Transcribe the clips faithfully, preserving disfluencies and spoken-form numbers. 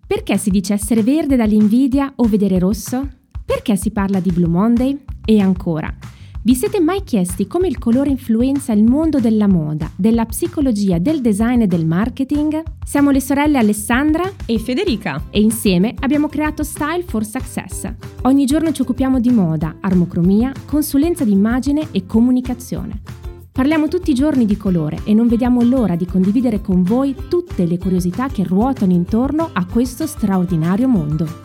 Perché si dice essere verde dall'invidia o vedere rosso? Perché si parla di Blue Monday? E ancora, vi siete mai chiesti come il colore influenza il mondo della moda, della psicologia, del design e del marketing? Siamo le sorelle Alessandra e Federica e insieme abbiamo creato Style for Success. Ogni giorno ci occupiamo di moda, armocromia, consulenza di immagine e comunicazione. Parliamo tutti i giorni di colore e non vediamo l'ora di condividere con voi tutte le curiosità che ruotano intorno a questo straordinario mondo.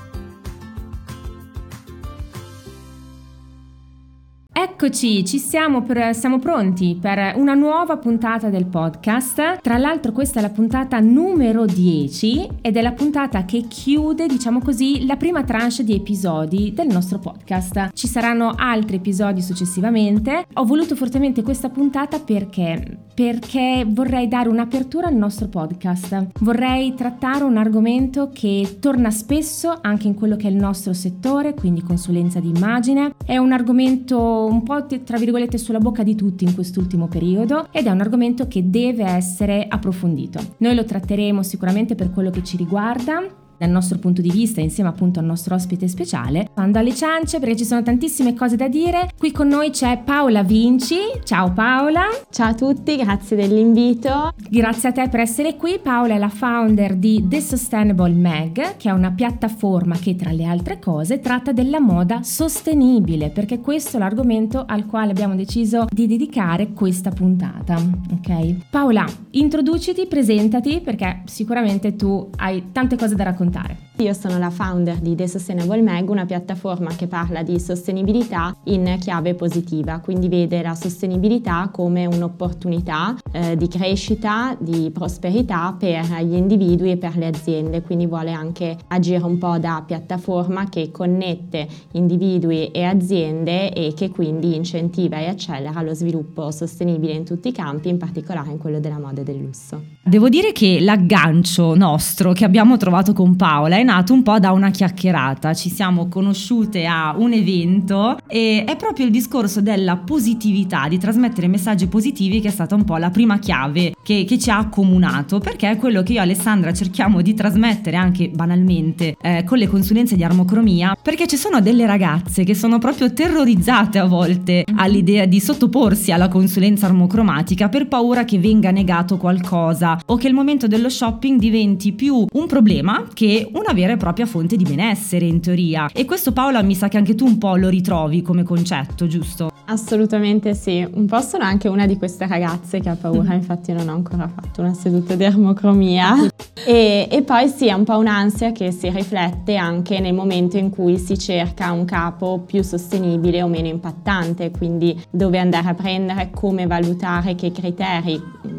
Eccoci, ci siamo, per, siamo pronti per una nuova puntata del podcast. Tra l'altro questa è la puntata numero dieci ed è la puntata che chiude, diciamo così, la prima tranche di episodi del nostro podcast. Ci saranno altri episodi successivamente. Ho voluto fortemente questa puntata perché perché vorrei dare un'apertura al nostro podcast. Vorrei trattare un argomento che torna spesso anche in quello che è il nostro settore, quindi consulenza di immagine. È un argomento un po' tra virgolette sulla bocca di tutti in quest'ultimo periodo ed è un argomento che deve essere approfondito. Noi lo tratteremo sicuramente per quello che ci riguarda, dal nostro punto di vista, insieme appunto al nostro ospite speciale. Andando alle ciance perché ci sono tantissime cose da dire. Qui con noi c'è Paola Vinci. Ciao Paola. Ciao a tutti, grazie dell'invito. Grazie a te per essere qui. Paola è la founder di The Sustainable Mag, che è una piattaforma che tra le altre cose tratta della moda sostenibile, perché questo è l'argomento al quale abbiamo deciso di dedicare questa puntata. Ok? Paola, introduciti, presentati, perché sicuramente tu hai tante cose da raccontare. Io sono la founder di The Sustainable Mag, una piattaforma che parla di sostenibilità in chiave positiva, quindi vede la sostenibilità come un'opportunità eh, di crescita, di prosperità per gli individui e per le aziende, quindi vuole anche agire un po' da piattaforma che connette individui e aziende e che quindi incentiva e accelera lo sviluppo sostenibile in tutti i campi, in particolare in quello della moda e del lusso. Devo dire che l'aggancio nostro che abbiamo trovato con Paola è nato un po' da una chiacchierata. Ci siamo conosciute a un evento e è proprio il discorso della positività, di trasmettere messaggi positivi, che è stata un po' la prima chiave che, che ci ha accomunato, perché è quello che io e Alessandra cerchiamo di trasmettere anche banalmente eh, con le consulenze di armocromia, perché ci sono delle ragazze che sono proprio terrorizzate a volte all'idea di sottoporsi alla consulenza armocromatica per paura che venga negato qualcosa o che il momento dello shopping diventi più un problema che una vera e propria fonte di benessere in teoria. E questo, Paola, mi sa che anche tu un po' lo ritrovi come concetto, giusto? Assolutamente sì, un po' sono anche una di queste ragazze che ha paura, infatti non ho ancora fatto una seduta di armocromia e, e poi sì, è un po' un'ansia che si riflette anche nel momento in cui si cerca un capo più sostenibile o meno impattante, quindi dove andare a prendere, come valutare, che criteri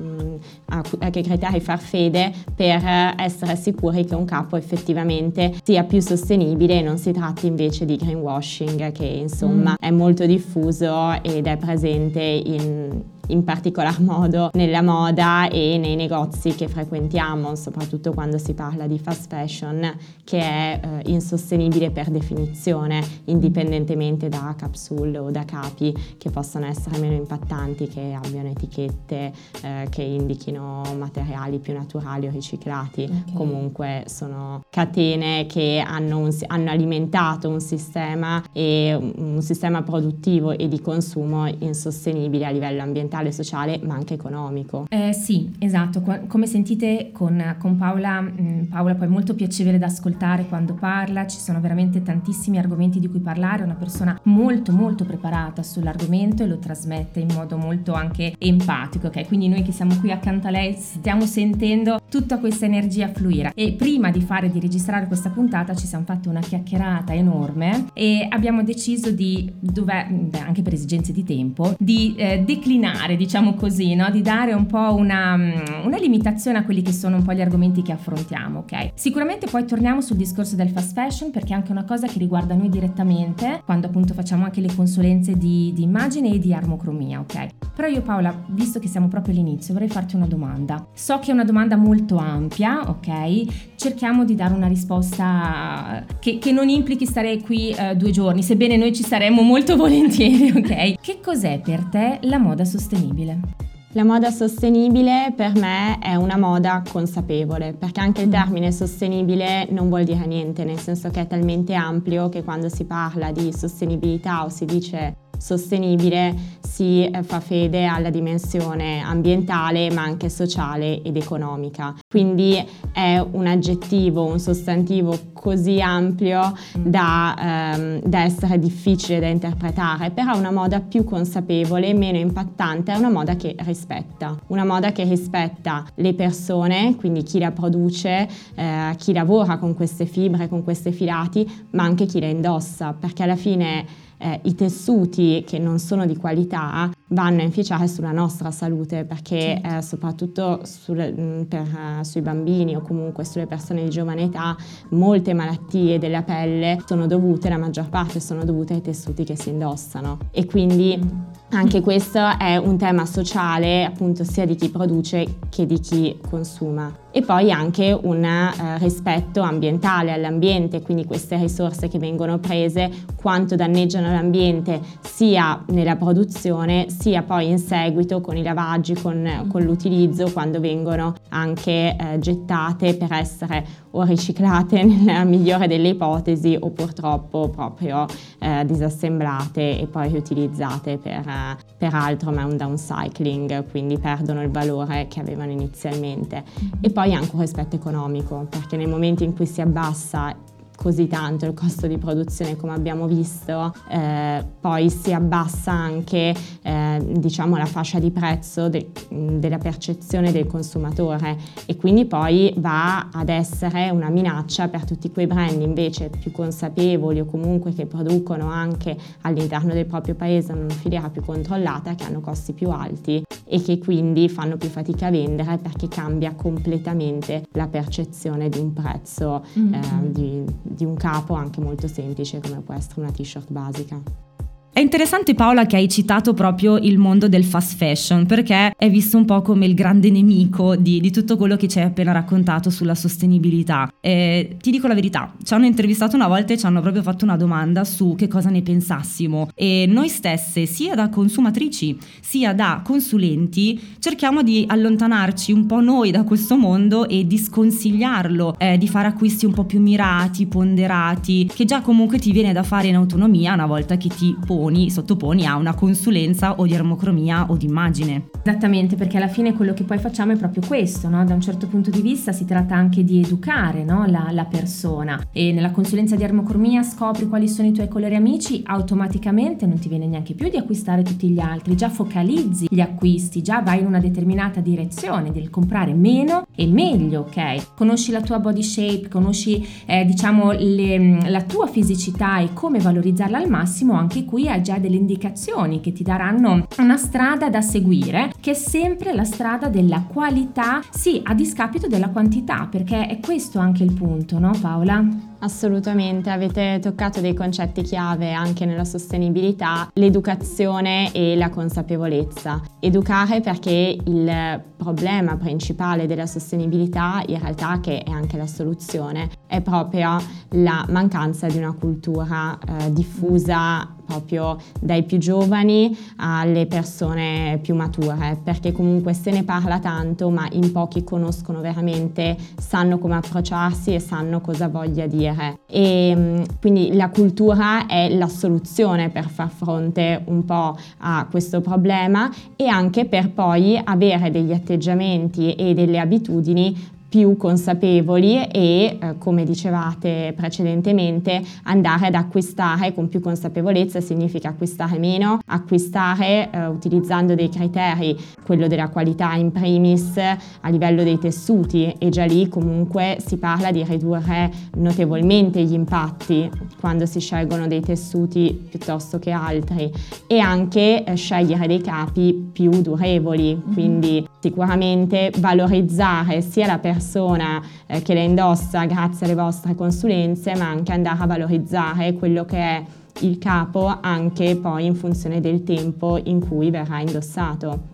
a che criteri far fede per essere sicuri che un capo effettivamente sia più sostenibile e non si tratti invece di greenwashing, che insomma mm. è molto diffuso ed è presente in in particolar modo nella moda e nei negozi che frequentiamo, soprattutto quando si parla di fast fashion, che è eh, insostenibile per definizione, indipendentemente da capsule o da capi che possono essere meno impattanti, che abbiano etichette eh, che indichino materiali più naturali o riciclati. Okay. Comunque sono catene che hanno, un, hanno alimentato un sistema e un sistema produttivo e di consumo insostenibile a livello ambientale, sociale, ma anche economico. Eh, sì, esatto. Come sentite con, con Paola, mh, Paola poi è molto piacevole da ascoltare quando parla, ci sono veramente tantissimi argomenti di cui parlare, è una persona molto molto preparata sull'argomento e lo trasmette in modo molto anche empatico, ok? Quindi noi che siamo qui accanto a lei stiamo sentendo tutta questa energia fluire. E prima di fare, di registrare questa puntata ci siamo fatti una chiacchierata enorme e abbiamo deciso di, dove, beh, anche per esigenze di tempo, di eh, declinare, diciamo così, no? Di dare un po' una, una limitazione a quelli che sono un po' gli argomenti che affrontiamo, ok? Sicuramente poi torniamo sul discorso del fast fashion, perché è anche una cosa che riguarda noi direttamente, quando appunto facciamo anche le consulenze di, di immagine e di armocromia, ok? Però io, Paola, visto che siamo proprio all'inizio, vorrei farti una domanda. So che è una domanda molto ampia, ok? Cerchiamo di dare una risposta che, che non implichi stare qui eh, due giorni, sebbene noi ci saremmo molto volentieri, ok? Che cos'è per te la moda sostenibile? La moda sostenibile per me è una moda consapevole, perché anche il termine sostenibile non vuol dire niente, nel senso che è talmente ampio che quando si parla di sostenibilità o si dice sostenibile si fa fede alla dimensione ambientale ma anche sociale ed economica. Quindi è un aggettivo, un sostantivo così ampio da, ehm, da essere difficile da interpretare, però una moda più consapevole, meno impattante, è una moda che rispetta, una moda che rispetta le persone, quindi chi la produce, eh, chi lavora con queste fibre, con queste filati, ma anche chi la indossa, perché alla fine Eh, i tessuti che non sono di qualità vanno a inficiare sulla nostra salute, perché eh, soprattutto sulle, mh, per, uh, sui bambini o comunque sulle persone di giovane età molte malattie della pelle sono dovute, la maggior parte sono dovute ai tessuti che si indossano, e quindi anche questo è un tema sociale, appunto, sia di chi produce che di chi consuma. E poi anche un eh, rispetto ambientale all'ambiente, quindi queste risorse che vengono prese quanto danneggiano l'ambiente sia nella produzione sia poi in seguito con i lavaggi, con, con l'utilizzo, quando vengono anche eh, gettate per essere o riciclate nella migliore delle ipotesi o purtroppo proprio eh, disassemblate e poi riutilizzate per, eh, per altro, ma è un downcycling, quindi perdono il valore che avevano inizialmente. E poi anche un rispetto economico, perché nel momento in cui si abbassa così tanto il costo di produzione, come abbiamo visto, eh, poi si abbassa anche eh, diciamo la fascia di prezzo de- della percezione del consumatore, e quindi poi va ad essere una minaccia per tutti quei brand invece più consapevoli o comunque che producono anche all'interno del proprio paese in una filiera più controllata, che hanno costi più alti e che quindi fanno più fatica a vendere, perché cambia completamente la percezione di un prezzo mm-hmm. eh, di, di un capo anche molto semplice come può essere una t-shirt basica. È interessante, Paola, che hai citato proprio il mondo del fast fashion, perché è visto un po' come il grande nemico di, di tutto quello che ci hai appena raccontato sulla sostenibilità. Eh, ti dico la verità, ci hanno intervistato una volta e ci hanno proprio fatto una domanda su che cosa ne pensassimo, e noi stesse, sia da consumatrici sia da consulenti, cerchiamo di allontanarci un po' noi da questo mondo e di sconsigliarlo, eh, di fare acquisti un po' più mirati, ponderati, che già comunque ti viene da fare in autonomia una volta che ti poni sottoponi a una consulenza o di ermocromia o di immagine. Esattamente, perché alla fine quello che poi facciamo è proprio questo, no? Da un certo punto di vista si tratta anche di educare, no? la, la persona, e nella consulenza di ermocromia scopri quali sono i tuoi colori amici, automaticamente non ti viene neanche più di acquistare tutti gli altri, già focalizzi gli acquisti, già vai in una determinata direzione del comprare meno e meglio, ok? Conosci la tua body shape, conosci eh, diciamo le, la tua fisicità e come valorizzarla al massimo, anche qui hai già delle indicazioni che ti daranno una strada da seguire, che è sempre la strada della qualità, sì, a discapito della quantità, perché è questo anche il punto, no Paola? Assolutamente, avete toccato dei concetti chiave anche nella sostenibilità, l'educazione e la consapevolezza. Educare, perché il problema principale della sostenibilità, in realtà, che è anche la soluzione, è proprio la mancanza di una cultura eh, diffusa proprio dai più giovani alle persone più mature, perché comunque se ne parla tanto ma in pochi conoscono veramente, sanno come approcciarsi e sanno cosa voglia dire. E quindi la cultura è la soluzione per far fronte un po' a questo problema e anche per poi avere degli atteggiamenti e delle abitudini più consapevoli e, eh, come dicevate precedentemente, andare ad acquistare con più consapevolezza significa acquistare meno, acquistare eh, utilizzando dei criteri, quello della qualità in primis a livello dei tessuti, e già lì comunque si parla di ridurre notevolmente gli impatti quando si scelgono dei tessuti piuttosto che altri, e anche eh, scegliere dei capi più durevoli, quindi sicuramente valorizzare sia la persona persona eh, che le indossa grazie alle vostre consulenze, ma anche andare a valorizzare quello che è il capo anche poi in funzione del tempo in cui verrà indossato.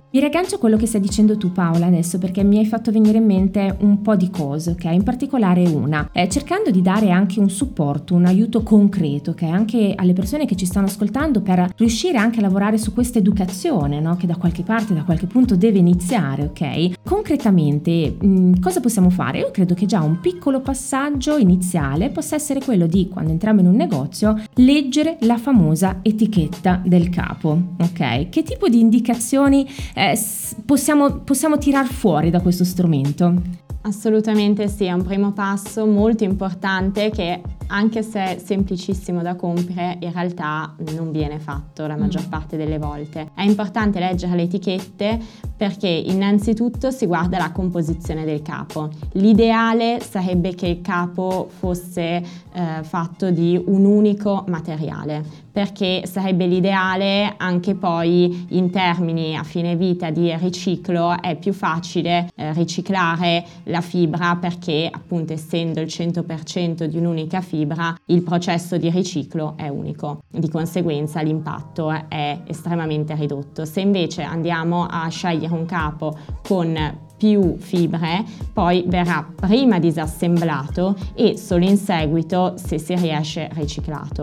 Mi riaggancio a quello che stai dicendo tu, Paola, adesso, perché mi hai fatto venire in mente un po' di cose, ok? In particolare una, eh, cercando di dare anche un supporto, un aiuto concreto, ok? Anche alle persone che ci stanno ascoltando, per riuscire anche a lavorare su questa educazione, no? Che da qualche parte, da qualche punto deve iniziare, ok? Concretamente, mh, cosa possiamo fare? Io credo che già un piccolo passaggio iniziale possa essere quello di, quando entriamo in un negozio, leggere la famosa etichetta del capo, ok? Che tipo di indicazioni Eh, possiamo, possiamo tirar fuori da questo strumento? Assolutamente sì, è un primo passo molto importante che, anche se è semplicissimo da compiere, in realtà non viene fatto la maggior parte delle volte. È importante leggere le etichette perché innanzitutto si guarda la composizione del capo. L'ideale sarebbe che il capo fosse eh, fatto di un unico materiale, perché sarebbe l'ideale anche poi in termini a fine vita di riciclo. È più facile eh, riciclare la fibra perché, appunto, essendo il cento per cento di un'unica fibra, il processo di riciclo è unico, di conseguenza l'impatto è estremamente ridotto. Se invece andiamo a scegliere un capo con più fibre, poi verrà prima disassemblato e solo in seguito, se si riesce, riciclato.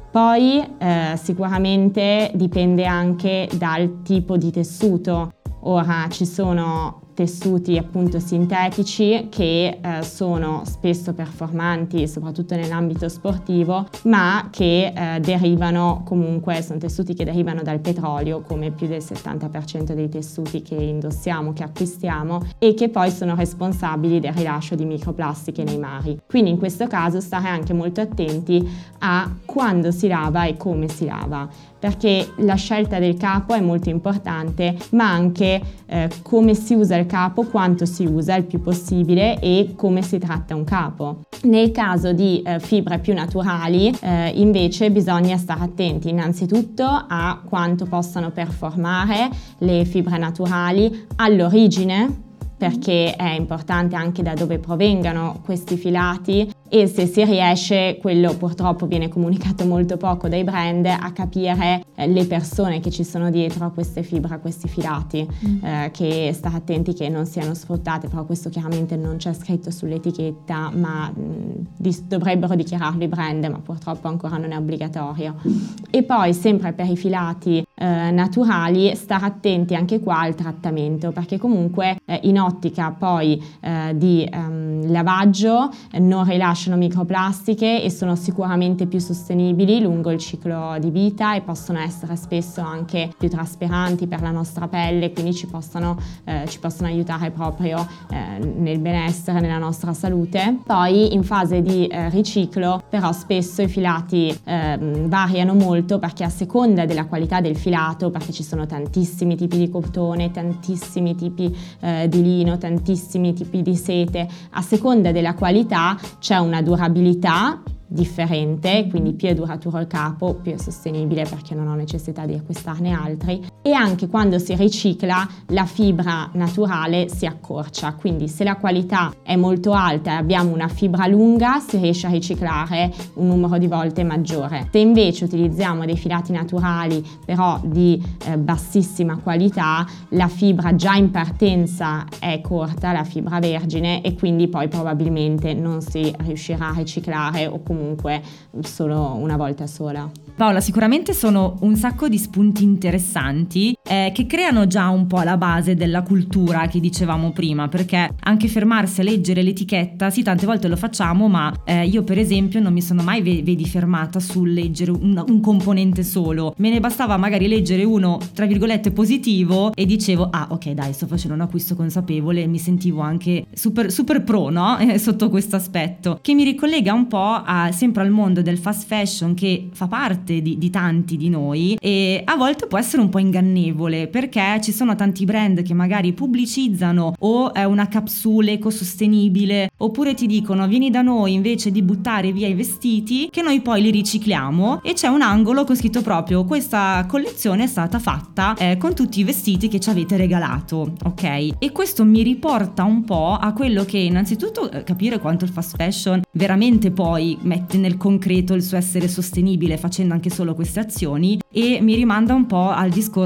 Poi eh, sicuramente dipende anche dal tipo di tessuto. Ora ci sono tessuti appunto sintetici che eh, sono spesso performanti, soprattutto nell'ambito sportivo, ma che eh, derivano comunque, sono tessuti che derivano dal petrolio, come più del settanta per cento dei tessuti che indossiamo, che acquistiamo, e che poi sono responsabili del rilascio di microplastiche nei mari. Quindi in questo caso stare anche molto attenti a quando si lava e come si lava, perché la scelta del capo è molto importante, ma anche eh, come si usa il capo, quanto si usa il più possibile e come si tratta un capo. Nel caso di eh, fibre più naturali eh, invece bisogna stare attenti innanzitutto a quanto possano performare le fibre naturali all'origine, perché è importante anche da dove provengano questi filati, e se si riesce, quello purtroppo viene comunicato molto poco dai brand, a capire eh, le persone che ci sono dietro a queste fibre, a questi filati, mm. eh, che state attenti che non siano sfruttate, però questo chiaramente non c'è scritto sull'etichetta, ma mh, di, dovrebbero dichiararlo i brand, ma purtroppo ancora non è obbligatorio. E poi sempre per i filati eh, naturali, stare attenti anche qua al trattamento, perché comunque eh, in ottica poi eh, di ehm, lavaggio eh, non rilasciano microplastiche e sono sicuramente più sostenibili lungo il ciclo di vita, e possono essere spesso anche più trasparanti per la nostra pelle, quindi ci possono, eh, ci possono aiutare proprio eh, nel benessere, nella nostra salute. Poi in fase di eh, riciclo però spesso i filati eh, variano molto, perché a seconda della qualità del filato, perché ci sono tantissimi tipi di cotone, tantissimi tipi eh, di lino, tantissimi tipi di sete, a seconda della qualità c'è un una durabilità differente, quindi più è duraturo il capo, più è sostenibile, perché non ho necessità di acquistarne altri. E anche quando si ricicla la fibra naturale si accorcia, quindi se la qualità è molto alta e abbiamo una fibra lunga, si riesce a riciclare un numero di volte maggiore. Se invece utilizziamo dei filati naturali però di eh, bassissima qualità, la fibra già in partenza è corta, la fibra vergine, e quindi poi probabilmente non si riuscirà a riciclare, o comunque comunque solo una volta sola. Paola, sicuramente sono un sacco di spunti interessanti eh, che creano già un po' la base della cultura che dicevamo prima, perché anche fermarsi a leggere l'etichetta, sì, tante volte lo facciamo, ma eh, io per esempio non mi sono mai vedi fermata sul leggere un, un componente solo. Me ne bastava magari leggere uno tra virgolette positivo e dicevo ah ok dai, sto facendo un acquisto consapevole, e mi sentivo anche super, super pro, no? Eh, sotto questo aspetto, che mi ricollega un po' a, sempre al mondo del fast fashion, che fa parte Di, di tanti di noi, e a volte può essere un po' ingannevole, perché ci sono tanti brand che magari pubblicizzano o è una capsule ecosostenibile, oppure ti dicono vieni da noi invece di buttare via i vestiti, che noi poi li ricicliamo, e c'è un angolo con scritto proprio questa collezione è stata fatta eh, con tutti i vestiti che ci avete regalato, ok? E questo mi riporta un po' a quello che innanzitutto eh, capire quanto il fast fashion veramente poi mette nel concreto il suo essere sostenibile facendo anche solo queste azioni, e mi rimanda un po' al discorso del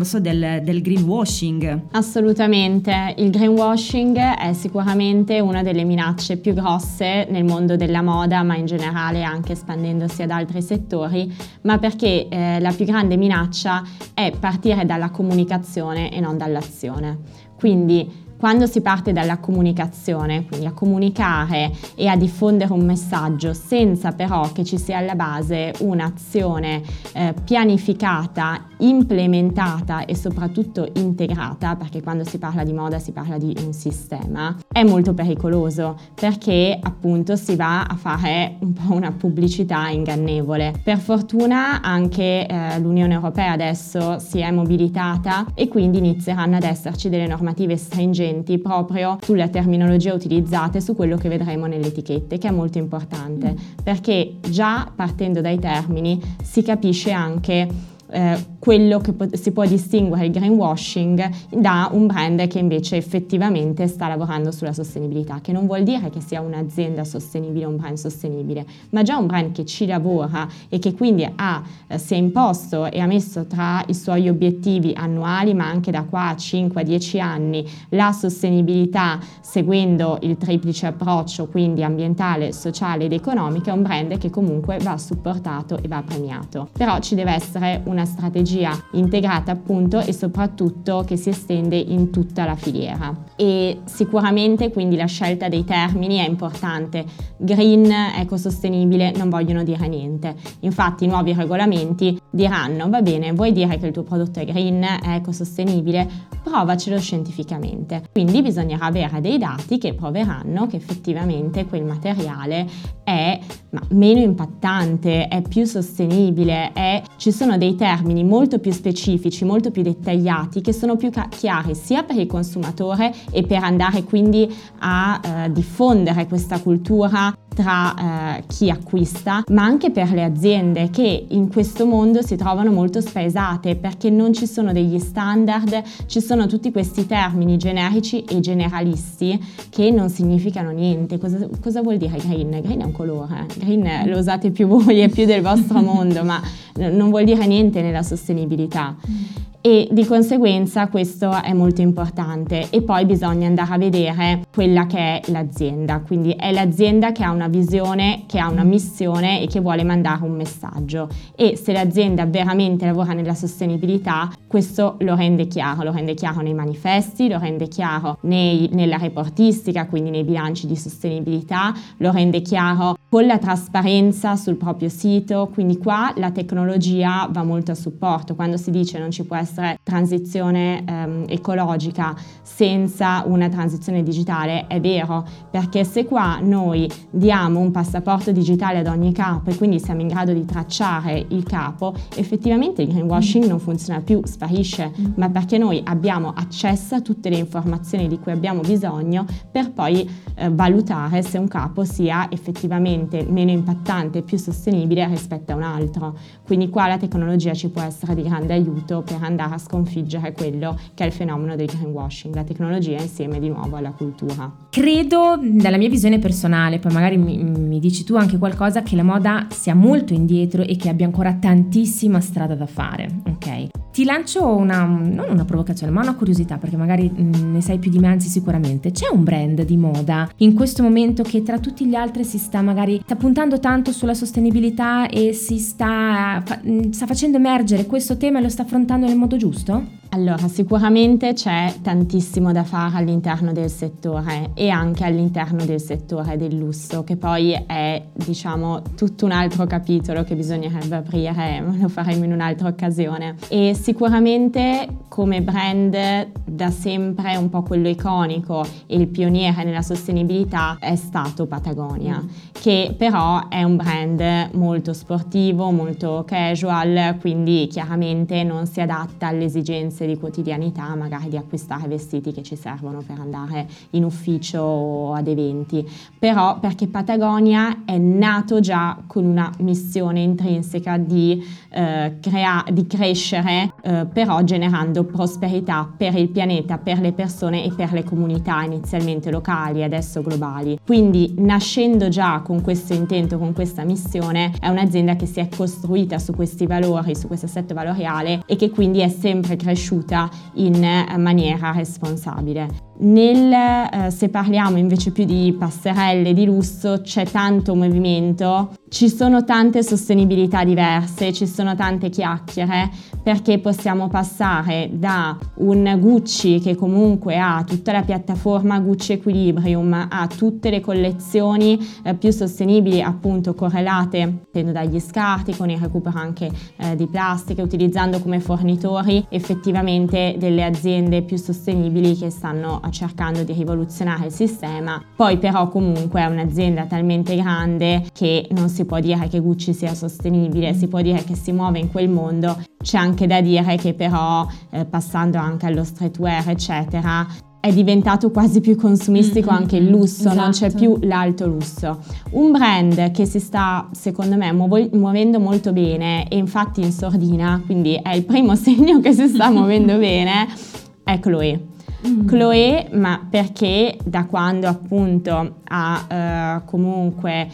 del, del greenwashing. Assolutamente, il greenwashing è sicuramente una delle minacce più grosse nel mondo della moda, ma in generale anche espandendosi ad altri settori, ma perché eh, la più grande minaccia è partire dalla comunicazione e non dall'azione. Quindi quando si parte dalla comunicazione, quindi a comunicare e a diffondere un messaggio senza però che ci sia alla base un'azione eh, pianificata, implementata e soprattutto integrata, perché quando si parla di moda si parla di un sistema, è molto pericoloso perché appunto si va a fare un po' una pubblicità ingannevole. Per fortuna anche eh, l'Unione Europea adesso si è mobilitata e quindi inizieranno ad esserci delle normative stringenti proprio sulla terminologia utilizzata e su quello che vedremo nelle etichette, che è molto importante, perché già partendo dai termini si capisce anche eh, quello che po- si può distinguere il greenwashing da un brand che invece effettivamente sta lavorando sulla sostenibilità, che non vuol dire che sia un'azienda sostenibile o un brand sostenibile, ma già un brand che ci lavora e che quindi ha, eh, si è imposto e ha messo tra i suoi obiettivi annuali, ma anche da qua a cinque a dieci anni, la sostenibilità seguendo il triplice approccio, quindi ambientale, sociale ed economico, è un brand che comunque va supportato e va premiato. Però ci deve essere una strategia integrata appunto e soprattutto che si estende in tutta la filiera. E sicuramente quindi la scelta dei termini è importante. Green, ecosostenibile non vogliono dire niente. Infatti i nuovi regolamenti diranno: va bene, vuoi dire che il tuo prodotto è green, è ecosostenibile? Provacelo scientificamente. Quindi bisognerà avere dei dati che proveranno che effettivamente quel materiale è ma, meno impattante, è più sostenibile, è, ci sono dei termini molto più specifici, molto più dettagliati, che sono più ca- chiari sia per il consumatore e per andare quindi a eh, diffondere questa cultura tra eh, chi acquista, ma anche per le aziende che in questo mondo si trovano molto spaesate perché non ci sono degli standard, ci sono tutti questi termini generici e generalisti che non significano niente. Cosa, cosa vuol dire green? Green è un colore, green lo usate più voi e più del vostro mondo, ma non vuol dire niente nella sostenibilità. E di conseguenza questo è molto importante. E poi bisogna andare a vedere quella che è l'azienda, quindi è l'azienda che ha una visione, che ha una missione e che vuole mandare un messaggio, e se l'azienda veramente lavora nella sostenibilità questo lo rende chiaro, lo rende chiaro nei manifesti, lo rende chiaro nei, nella reportistica, quindi nei bilanci di sostenibilità, lo rende chiaro con la trasparenza sul proprio sito. Quindi qua la tecnologia va molto a supporto. Quando si dice non ci può essere transizione ehm, ecologica senza una transizione digitale, è vero, perché se qua noi diamo un passaporto digitale ad ogni capo e quindi siamo in grado di tracciare il capo, effettivamente il greenwashing non funziona più, sparisce, ma perché noi abbiamo accesso a tutte le informazioni di cui abbiamo bisogno per poi eh, valutare se un capo sia effettivamente meno impattante e più sostenibile rispetto a un altro. Quindi qua la tecnologia ci può essere di grande aiuto per andare a sconfiggere quello che è il fenomeno del greenwashing, la tecnologia insieme di nuovo alla cultura. Credo, dalla mia visione personale, poi magari mi, mi dici tu anche qualcosa, che la moda sia molto indietro e che abbia ancora tantissima strada da fare, ok? Ti lancio una, non una provocazione, ma una curiosità, perché magari ne sai più di me, anzi sicuramente. C'è un brand di moda in questo momento che tra tutti gli altri si sta magari sta puntando tanto sulla sostenibilità e si sta, fa, sta facendo emergere questo tema e lo sta affrontando nel modo giusto? Allora, sicuramente c'è tantissimo da fare all'interno del settore e anche all'interno del settore del lusso, che poi è, diciamo, tutto un altro capitolo che bisognerebbe aprire, ma lo faremo in un'altra occasione. E sicuramente come brand da sempre un po' quello iconico e il pioniere nella sostenibilità è stato Patagonia, mm. che però è un brand molto sportivo, molto casual, quindi chiaramente non si adatta alle esigenze di quotidianità, magari di acquistare vestiti che ci servono per andare in ufficio o ad eventi, però perché Patagonia è nato già con una missione intrinseca di, eh, crea- di crescere, eh, però generando prosperità per il pianeta, per le persone e per le comunità inizialmente locali e adesso globali. Quindi nascendo già con questo intento, con questa missione, è un'azienda che si è costruita su questi valori, su questo assetto valoriale e che quindi è sempre cresciuta conosciuta in maniera responsabile. Nel, eh, se parliamo invece più di passerelle di lusso, c'è tanto movimento, ci sono tante sostenibilità diverse, ci sono tante chiacchiere, perché possiamo passare da un Gucci che comunque ha tutta la piattaforma Gucci Equilibrium, a tutte le collezioni eh, più sostenibili, appunto correlate dagli scarti, con il recupero anche eh, di plastica, utilizzando come fornitori effettivamente delle aziende più sostenibili che stanno cercando di rivoluzionare il sistema. Poi però comunque è un'azienda talmente grande che non si può dire che Gucci sia sostenibile, si può dire che si muove in quel mondo. C'è anche da dire che però eh, passando anche allo streetwear eccetera, è diventato quasi più consumistico mm-hmm. anche il lusso, esatto. Non c'è più l'alto lusso. Un brand che si sta, secondo me, muovo- muovendo molto bene, e infatti in sordina, quindi è il primo segno che si sta muovendo bene, è Chloé. Mm. Chloé, ma perché da quando appunto ha uh, comunque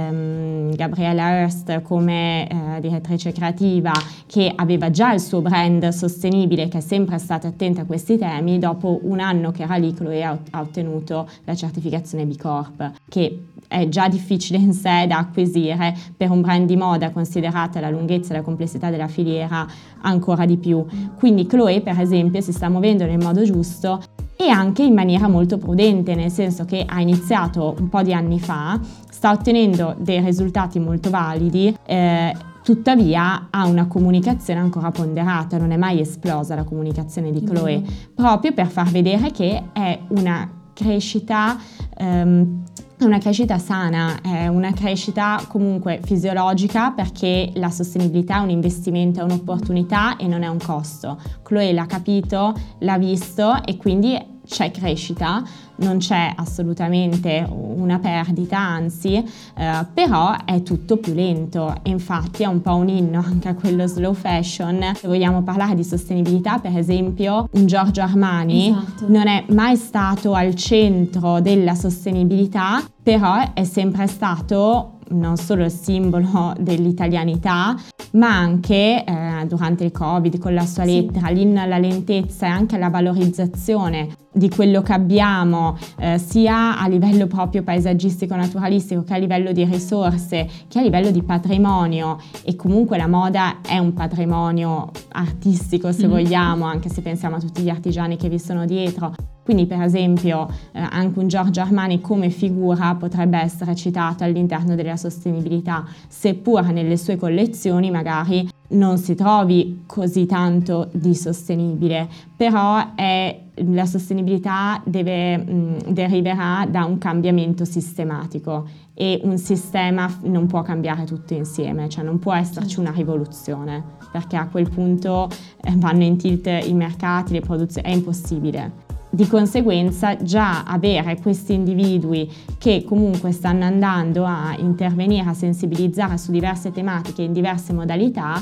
um, Gabriella Hearst come uh, direttrice creativa, che aveva già il suo brand sostenibile, che è sempre stata attenta a questi temi, dopo un anno che era lì Chloé ha, ha ottenuto la certificazione B Corp, che è già difficile in sé da acquisire per un brand di moda, considerata la lunghezza e la complessità della filiera ancora di più. Quindi Chloé, per esempio, si sta muovendo nel modo giusto e anche in maniera molto prudente, nel senso che ha iniziato un po' di anni fa, sta ottenendo dei risultati molto validi, eh, tuttavia ha una comunicazione ancora ponderata, non è mai esplosa la comunicazione di Chloé, mm. proprio per far vedere che è una crescita ehm, una crescita sana, è una crescita comunque fisiologica, perché la sostenibilità è un investimento, è un'opportunità e non è un costo. Chloé l'ha capito, l'ha visto e quindi c'è crescita, non c'è assolutamente una perdita, anzi, eh, però è tutto più lento, e infatti è un po' un inno anche a quello slow fashion. Se vogliamo parlare di sostenibilità, per esempio, un Giorgio Armani esatto. non è mai stato al centro della sostenibilità, però è sempre stato non solo il simbolo dell'italianità, ma anche eh, durante il Covid, con la sua lettera, sì. l'inno alla lentezza e anche alla valorizzazione di quello che abbiamo, eh, sia a livello proprio paesaggistico, naturalistico, che a livello di risorse, che a livello di patrimonio. E comunque la moda è un patrimonio artistico, se mm-hmm. vogliamo, anche se pensiamo a tutti gli artigiani che vi sono dietro. Quindi per esempio eh, anche un Giorgio Armani come figura potrebbe essere citato all'interno della sostenibilità, seppur nelle sue collezioni magari non si trovi così tanto di sostenibile, però è, la sostenibilità deve, mh, deriverà da un cambiamento sistematico, e un sistema non può cambiare tutto insieme, cioè non può esserci una rivoluzione, perché a quel punto eh, vanno in tilt i mercati, le produzioni, è impossibile. Di conseguenza già avere questi individui che comunque stanno andando a intervenire, a sensibilizzare su diverse tematiche in diverse modalità,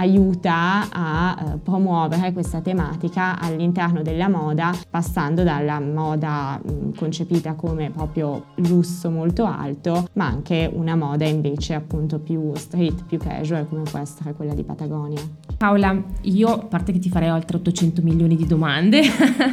aiuta a eh, promuovere questa tematica all'interno della moda, passando dalla moda mh, concepita come proprio lusso molto alto, ma anche una moda invece appunto più street, più casual, come può essere quella di Patagonia. Paola, io, a parte che ti farei oltre ottocento milioni di domande,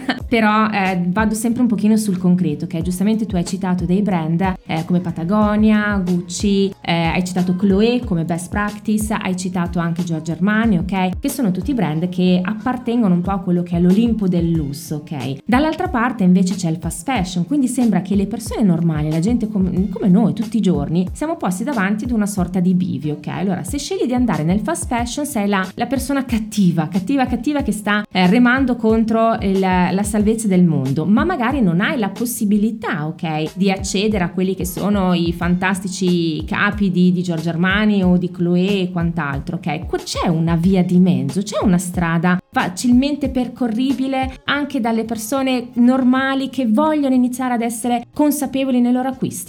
però eh, vado sempre un pochino sul concreto, che giustamente tu hai citato dei brand eh, come Patagonia, Gucci, eh, hai citato Chloé come best practice, hai citato anche Giorgio Armani, ok? Che sono tutti brand che appartengono un po' a quello che è l'Olimpo del lusso, ok? Dall'altra parte invece c'è il fast fashion, quindi sembra che le persone normali, la gente com- come noi tutti i giorni, siamo posti davanti ad una sorta di bivio, ok? Allora, se scegli di andare nel fast fashion, sei la, la persona cattiva, cattiva, cattiva che sta eh, remando contro il, la salvezza del mondo, ma magari non hai la possibilità, ok, di accedere a quelli che sono i fantastici capi di, di Giorgio Armani o di Chloé e quant'altro, ok? C'è una via di mezzo, c'è una strada facilmente percorribile anche dalle persone normali che vogliono iniziare ad essere consapevoli nei loro acquisti?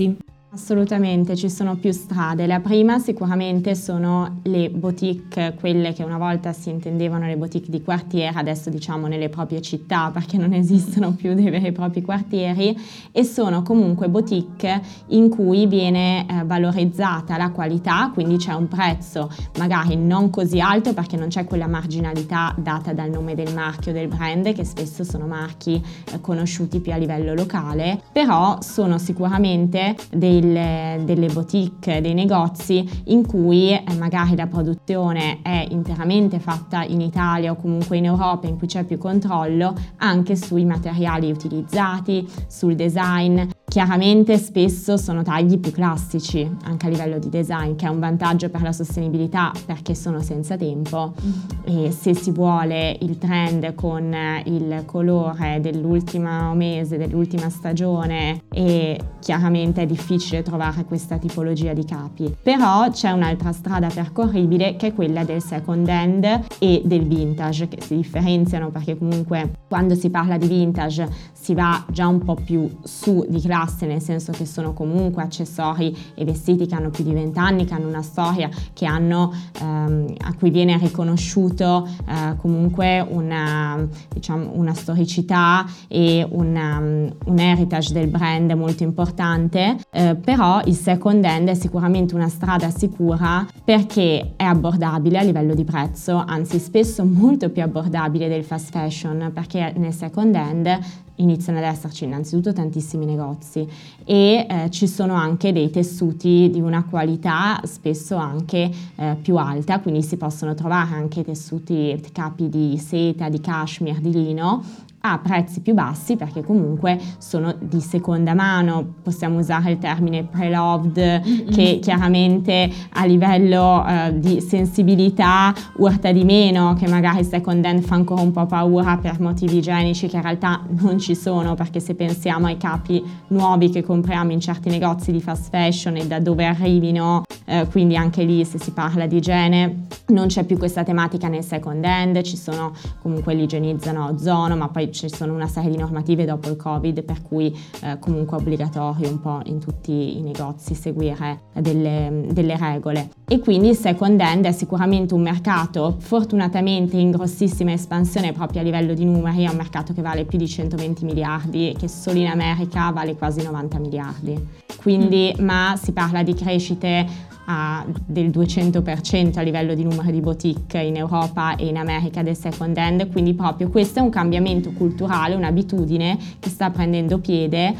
Assolutamente, ci sono più strade. La prima sicuramente sono le boutique, quelle che una volta si intendevano le boutique di quartiere, adesso diciamo nelle proprie città, perché non esistono più dei veri e propri quartieri, e sono comunque boutique in cui viene eh, valorizzata la qualità, quindi c'è un prezzo magari non così alto perché non c'è quella marginalità data dal nome del marchio, del brand, che spesso sono marchi eh, conosciuti più a livello locale, però sono sicuramente dei Delle, delle boutique, dei negozi in cui eh, magari la produzione è interamente fatta in Italia o comunque in Europa, in cui c'è più controllo anche sui materiali utilizzati, sul design. Chiaramente spesso sono tagli più classici anche a livello di design, che è un vantaggio per la sostenibilità perché sono senza tempo, mm. e se si vuole il trend con il colore dell'ultimo mese, dell'ultima stagione, e chiaramente è difficile trovare questa tipologia di capi. Però c'è un'altra strada percorribile che è quella del second hand e del vintage, che si differenziano perché comunque quando si parla di vintage si va già un po' più su di classe, nel senso che sono comunque accessori e vestiti che hanno più di vent'anni, che hanno una storia, che hanno ehm, a cui viene riconosciuto eh, comunque una, diciamo, una storicità e una, un heritage del brand molto importante, eh, però il second hand è sicuramente una strada sicura perché è abbordabile a livello di prezzo, anzi spesso molto più abbordabile del fast fashion, perché nel second hand iniziano ad esserci innanzitutto tantissimi negozi e eh, ci sono anche dei tessuti di una qualità spesso anche eh, più alta, quindi si possono trovare anche tessuti, capi di seta, di cashmere, di lino a prezzi più bassi perché comunque sono di seconda mano. Possiamo usare il termine pre-loved, mm-hmm. che chiaramente a livello eh, di sensibilità urta di meno, che magari second hand fa ancora un po' paura per motivi igienici che in realtà non ci sono, perché se pensiamo ai capi nuovi che compriamo in certi negozi di fast fashion e da dove arrivino, eh, quindi anche lì se si parla di igiene non c'è più questa tematica nel second hand, ci sono comunque l'igienizzano a ozono, ma poi ci sono una serie di normative dopo il Covid per cui eh, comunque è obbligatorio un po' in tutti i negozi seguire delle, delle regole. E quindi il second hand è sicuramente un mercato fortunatamente in grossissima espansione proprio a livello di numeri, è un mercato che vale più di centoventi miliardi e che solo in America vale quasi novanta miliardi. Quindi, mm. ma si parla di crescite a del duecento per cento a livello di numero di boutique in Europa e in America del second hand, quindi proprio questo è un cambiamento culturale, un'abitudine che sta prendendo piede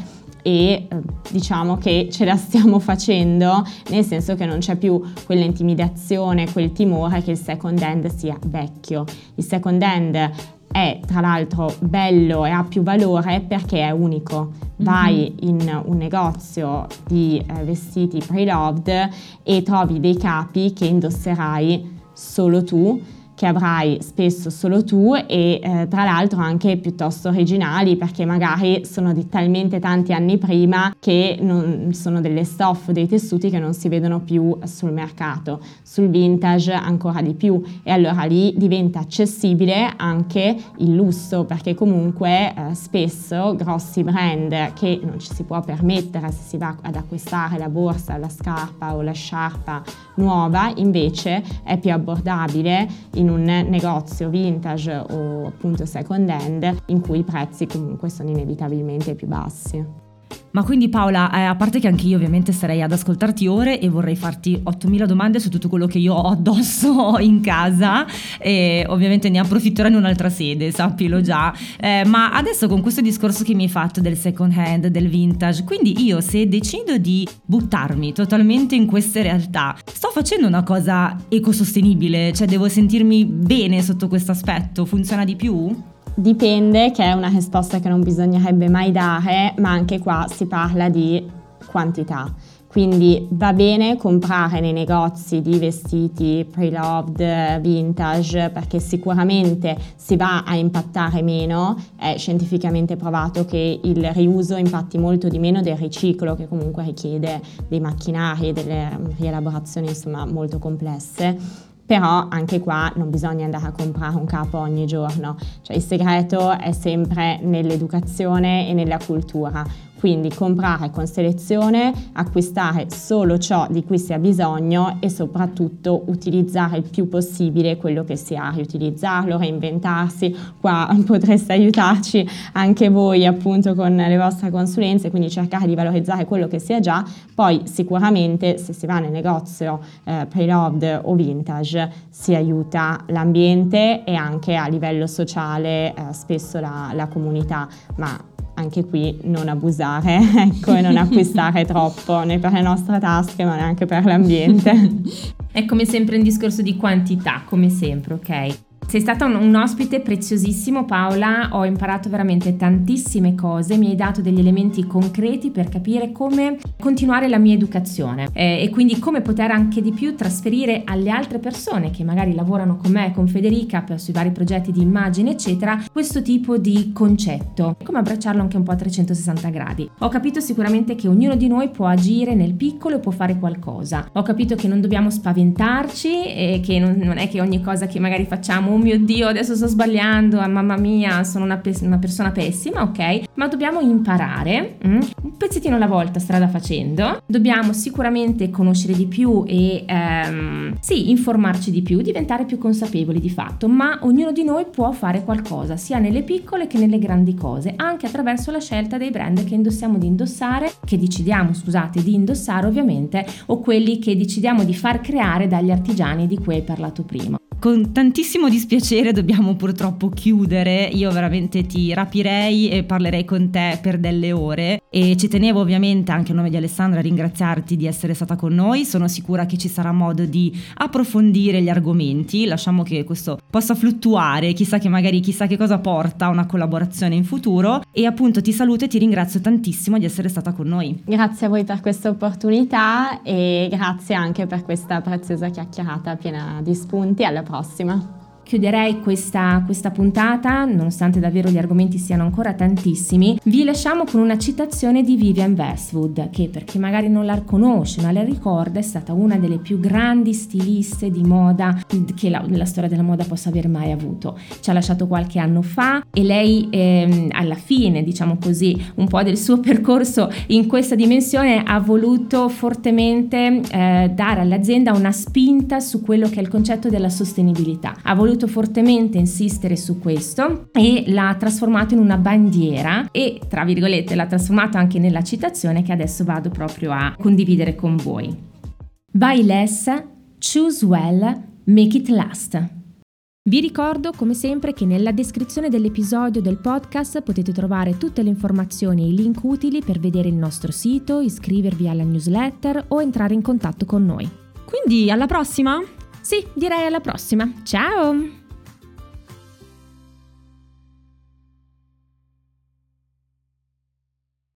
e eh, diciamo che ce la stiamo facendo, nel senso che non c'è più quella intimidazione, quel timore che il second hand sia vecchio. Il second hand è tra l'altro bello e ha più valore perché è unico. Vai in un negozio di eh, vestiti pre-loved e trovi dei capi che indosserai solo tu, che avrai spesso solo tu e eh, tra l'altro anche piuttosto originali perché magari sono di talmente tanti anni prima che non, sono delle stoffe, dei tessuti che non si vedono più sul mercato. Sul vintage ancora di più, e allora lì diventa accessibile anche il lusso, perché comunque eh, spesso grossi brand che non ci si può permettere se si va ad acquistare la borsa, la scarpa o la sciarpa nuova, invece è più abbordabile in un negozio vintage o appunto second hand in cui i prezzi comunque sono inevitabilmente più bassi. Ma quindi Paola, eh, a parte che anche io ovviamente sarei ad ascoltarti ore e vorrei farti ottomila domande su tutto quello che io ho addosso in casa e ovviamente ne approfitterò in un'altra sede, sappilo già, eh, ma adesso con questo discorso che mi hai fatto del second hand, del vintage, quindi io se decido di buttarmi totalmente in queste realtà, sto facendo una cosa ecosostenibile, cioè devo sentirmi bene sotto questo aspetto, funziona di più? Dipende, che è una risposta che non bisognerebbe mai dare, ma anche qua si parla di quantità. Quindi va bene comprare nei negozi di vestiti pre-loved, vintage, perché sicuramente si va a impattare meno, è scientificamente provato che il riuso impatti molto di meno del riciclo, che comunque richiede dei macchinari e delle rielaborazioni insomma molto complesse. Però anche qua non bisogna andare a comprare un capo ogni giorno, cioè il segreto è sempre nell'educazione e nella cultura. Quindi comprare con selezione, acquistare solo ciò di cui si ha bisogno e soprattutto utilizzare il più possibile quello che si ha, riutilizzarlo, reinventarsi. Qua potreste aiutarci anche voi appunto con le vostre consulenze, quindi cercare di valorizzare quello che si ha già. Poi sicuramente se si va nel negozio eh, pre-loved o vintage si aiuta l'ambiente e anche a livello sociale eh, spesso la, la comunità, ma anche qui non abusare, ecco, e non acquistare troppo né per le nostre tasche ma neanche per l'ambiente. È come sempre un discorso di quantità, come sempre, ok? Sei stata un, un ospite preziosissimo, Paola, ho imparato veramente tantissime cose, mi hai dato degli elementi concreti per capire come continuare la mia educazione eh, e quindi come poter anche di più trasferire alle altre persone che magari lavorano con me, con Federica, per, sui vari progetti di immagine, eccetera, questo tipo di concetto, come abbracciarlo anche un po' a trecentosessanta gradi. Ho capito sicuramente che ognuno di noi può agire nel piccolo e può fare qualcosa. Ho capito che non dobbiamo spaventarci e che non, non è che ogni cosa che magari facciamo, oh mio Dio, adesso sto sbagliando, ah, mamma mia, sono una, pe- una persona pessima, ok? Ma dobbiamo imparare, mm? un pezzettino alla volta, strada facendo. Dobbiamo sicuramente conoscere di più e ehm, sì, informarci di più, diventare più consapevoli di fatto, ma ognuno di noi può fare qualcosa, sia nelle piccole che nelle grandi cose, anche attraverso la scelta dei brand che indossiamo di indossare, che decidiamo, scusate, di indossare ovviamente, o quelli che decidiamo di far creare dagli artigiani di cui hai parlato prima. Con tantissimo dispiacere dobbiamo purtroppo chiudere, io veramente ti rapirei e parlerei con te per delle ore e ci tenevo ovviamente anche a nome di Alessandra a ringraziarti di essere stata con noi. Sono sicura che ci sarà modo di approfondire gli argomenti, lasciamo che questo possa fluttuare, chissà che magari chissà che cosa porta una collaborazione in futuro, e appunto ti saluto e ti ringrazio tantissimo di essere stata con noi. Grazie a voi per questa opportunità e grazie anche per questa preziosa chiacchierata piena di spunti. Alla prossima. Chiuderei questa, questa puntata, nonostante davvero gli argomenti siano ancora tantissimi. Vi lasciamo con una citazione di Vivienne Westwood, che per chi magari non la conosce ma la ricorda è stata una delle più grandi stiliste di moda che la, la storia della moda possa aver mai avuto. Ci ha lasciato qualche anno fa e lei ehm, alla fine, diciamo così, un po' del suo percorso in questa dimensione ha voluto fortemente eh, dare all'azienda una spinta su quello che è il concetto della sostenibilità. Ha voluto fortemente insistere su questo e l'ha trasformato in una bandiera e, tra virgolette, l'ha trasformato anche nella citazione che adesso vado proprio a condividere con voi. Buy less, choose well, make it last. Vi ricordo come sempre che nella descrizione dell'episodio del podcast potete trovare tutte le informazioni e i link utili per vedere il nostro sito, iscrivervi alla newsletter o entrare in contatto con noi. Quindi alla prossima! Sì, direi alla prossima. Ciao!